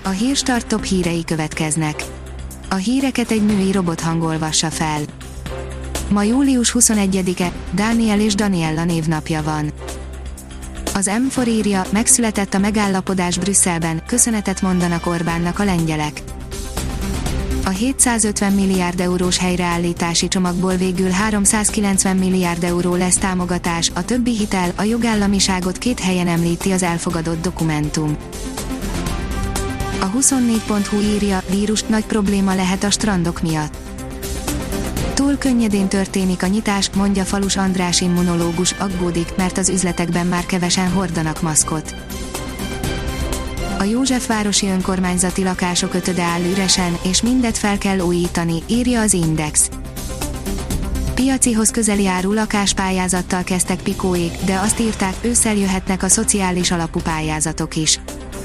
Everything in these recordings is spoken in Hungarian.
A Hírstart top hírei következnek. A híreket egy női robothang olvassa fel. Ma július 21-e, Dániel és Daniella névnapja van. Az M4 írja, megszületett a megállapodás Brüsszelben, köszönetet mondanak Orbánnak a lengyelek. A 750 milliárd eurós helyreállítási csomagból végül 390 milliárd euró lesz támogatás, a többi hitel, a jogállamiságot 2 helyen említi az elfogadott dokumentum. A 24.hu írja, vírus nagy probléma lehet a strandok miatt. Túl könnyedén történik a nyitás, mondja Falus András immunológus, aggódik, mert az üzletekben már kevesen hordanak maszkot. A Józsefvárosi önkormányzati lakások 5-öde áll üresen, és mindet fel kell újítani, írja az Index. Piacihoz közeli áru lakáspályázattal kezdtek Pikóék, de azt írták, ősszel jöhetnek a szociális alapú pályázatok is.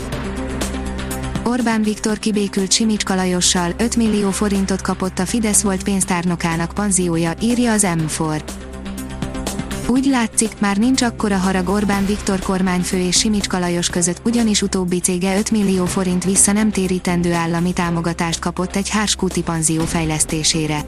Orbán Viktor kibékült Simicska Lajossal, 5 millió forintot kapott a Fidesz volt pénztárnokának panziója, írja az M4. Úgy látszik, már nincs akkora harag Orbán Viktor kormányfő és Simicska Lajos között, ugyanis utóbbi cége 5 millió forint vissza nem térítendő állami támogatást kapott egy Hárskúti panzió fejlesztésére.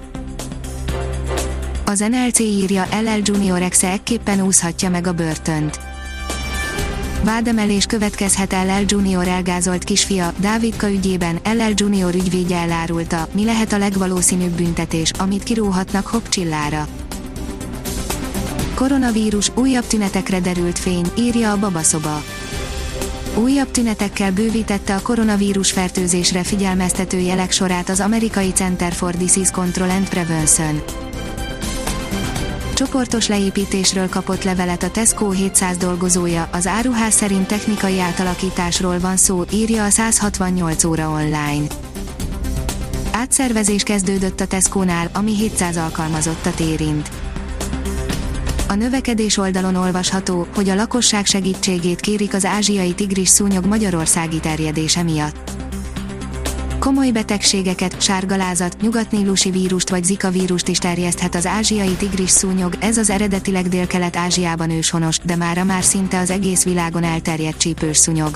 Az NLC írja, LL Junior exe ekképpen úszhatja meg a börtönt. Vádemelés következhet LL Junior elgázolt kisfia, Dávidka ügyében, LL Junior ügyvédje elárulta, mi lehet a legvalószínűbb büntetés, amit kiróhatnak Hopp Csillára. Koronavírus, újabb tünetekre derült fény, írja a Babaszoba. Újabb tünetekkel bővítette a koronavírus fertőzésre figyelmeztető jelek sorát az amerikai Center for Disease Control and Prevention. Csoportos leépítésről kapott levelet a Tesco 700 dolgozója, az áruház szerint technikai átalakításról van szó, írja a 168 óra online. Átszervezés kezdődött a Tesco-nál, ami 700 alkalmazottat érint. A növekedés oldalon olvasható, hogy a lakosság segítségét kérik az ázsiai tigrisszúnyog magyarországi terjedése miatt. Komoly betegségeket, sárgalázat, nyugatnílusi vírust vagy Zika vírust is terjeszthet az ázsiai tigrisszúnyog, ez az eredetileg Délkelet-Ázsiában őshonos, de mára már szinte az egész világon elterjedt csípős szúnyog.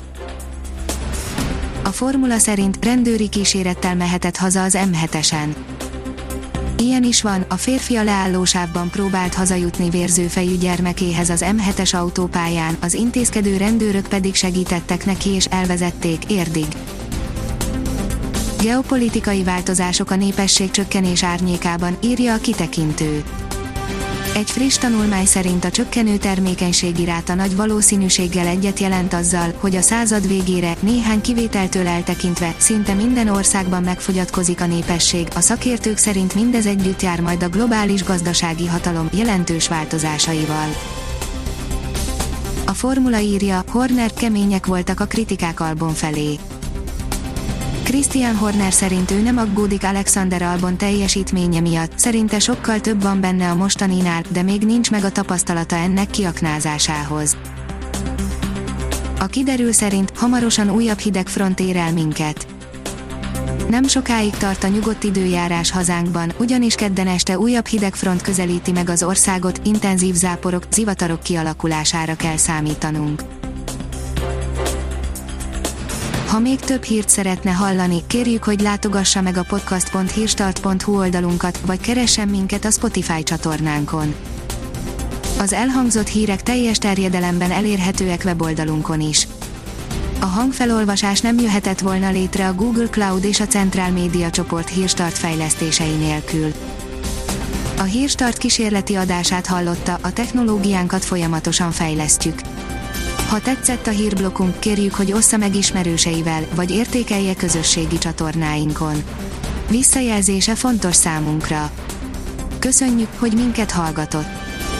A formula szerint rendőri kísérettel mehetett haza az M7-esen. Ilyen is van, a férfi a leállósávban próbált hazajutni vérzőfejű gyermekéhez az M7-es autópályán, az intézkedő rendőrök pedig segítettek neki és elvezették Érdig. Geopolitikai változások a népességcsökkenés árnyékában, írja a Kitekintő. Egy friss tanulmány szerint a csökkenő termékenységi ráta nagy valószínűséggel egyet jelent azzal, hogy a század végére, néhány kivételtől eltekintve, szinte minden országban megfogyatkozik a népesség, a szakértők szerint mindez együtt jár majd a globális gazdasági hatalom jelentős változásaival. A Formula írja, Horner kemények voltak a kritikák Albon felé. Christian Horner szerint ő nem aggódik Alexander Albon teljesítménye miatt, szerinte sokkal több van benne a mostaninál, de még nincs meg a tapasztalata ennek kiaknázásához. A kiderül szerint hamarosan újabb hideg front ér el minket. Nem sokáig tart a nyugodt időjárás hazánkban, ugyanis kedden este újabb hidegfront közelíti meg az országot, intenzív záporok, zivatarok kialakulására kell számítanunk. Ha még több hírt szeretne hallani, kérjük, hogy látogassa meg a podcast.hírstart.hu oldalunkat, vagy keressen minket a Spotify csatornánkon. Az elhangzott hírek teljes terjedelemben elérhetőek weboldalunkon is. A hangfelolvasás nem jöhetett volna létre a Google Cloud és a Central Media csoport Hírstart fejlesztései nélkül. A Hírstart kísérleti adását hallotta, a technológiánkat folyamatosan fejlesztjük. Ha tetszett a hírblokkunk, kérjük, hogy ossza meg ismerőseivel, vagy értékelje közösségi csatornáinkon. Visszajelzése fontos számunkra. Köszönjük, hogy minket hallgatott!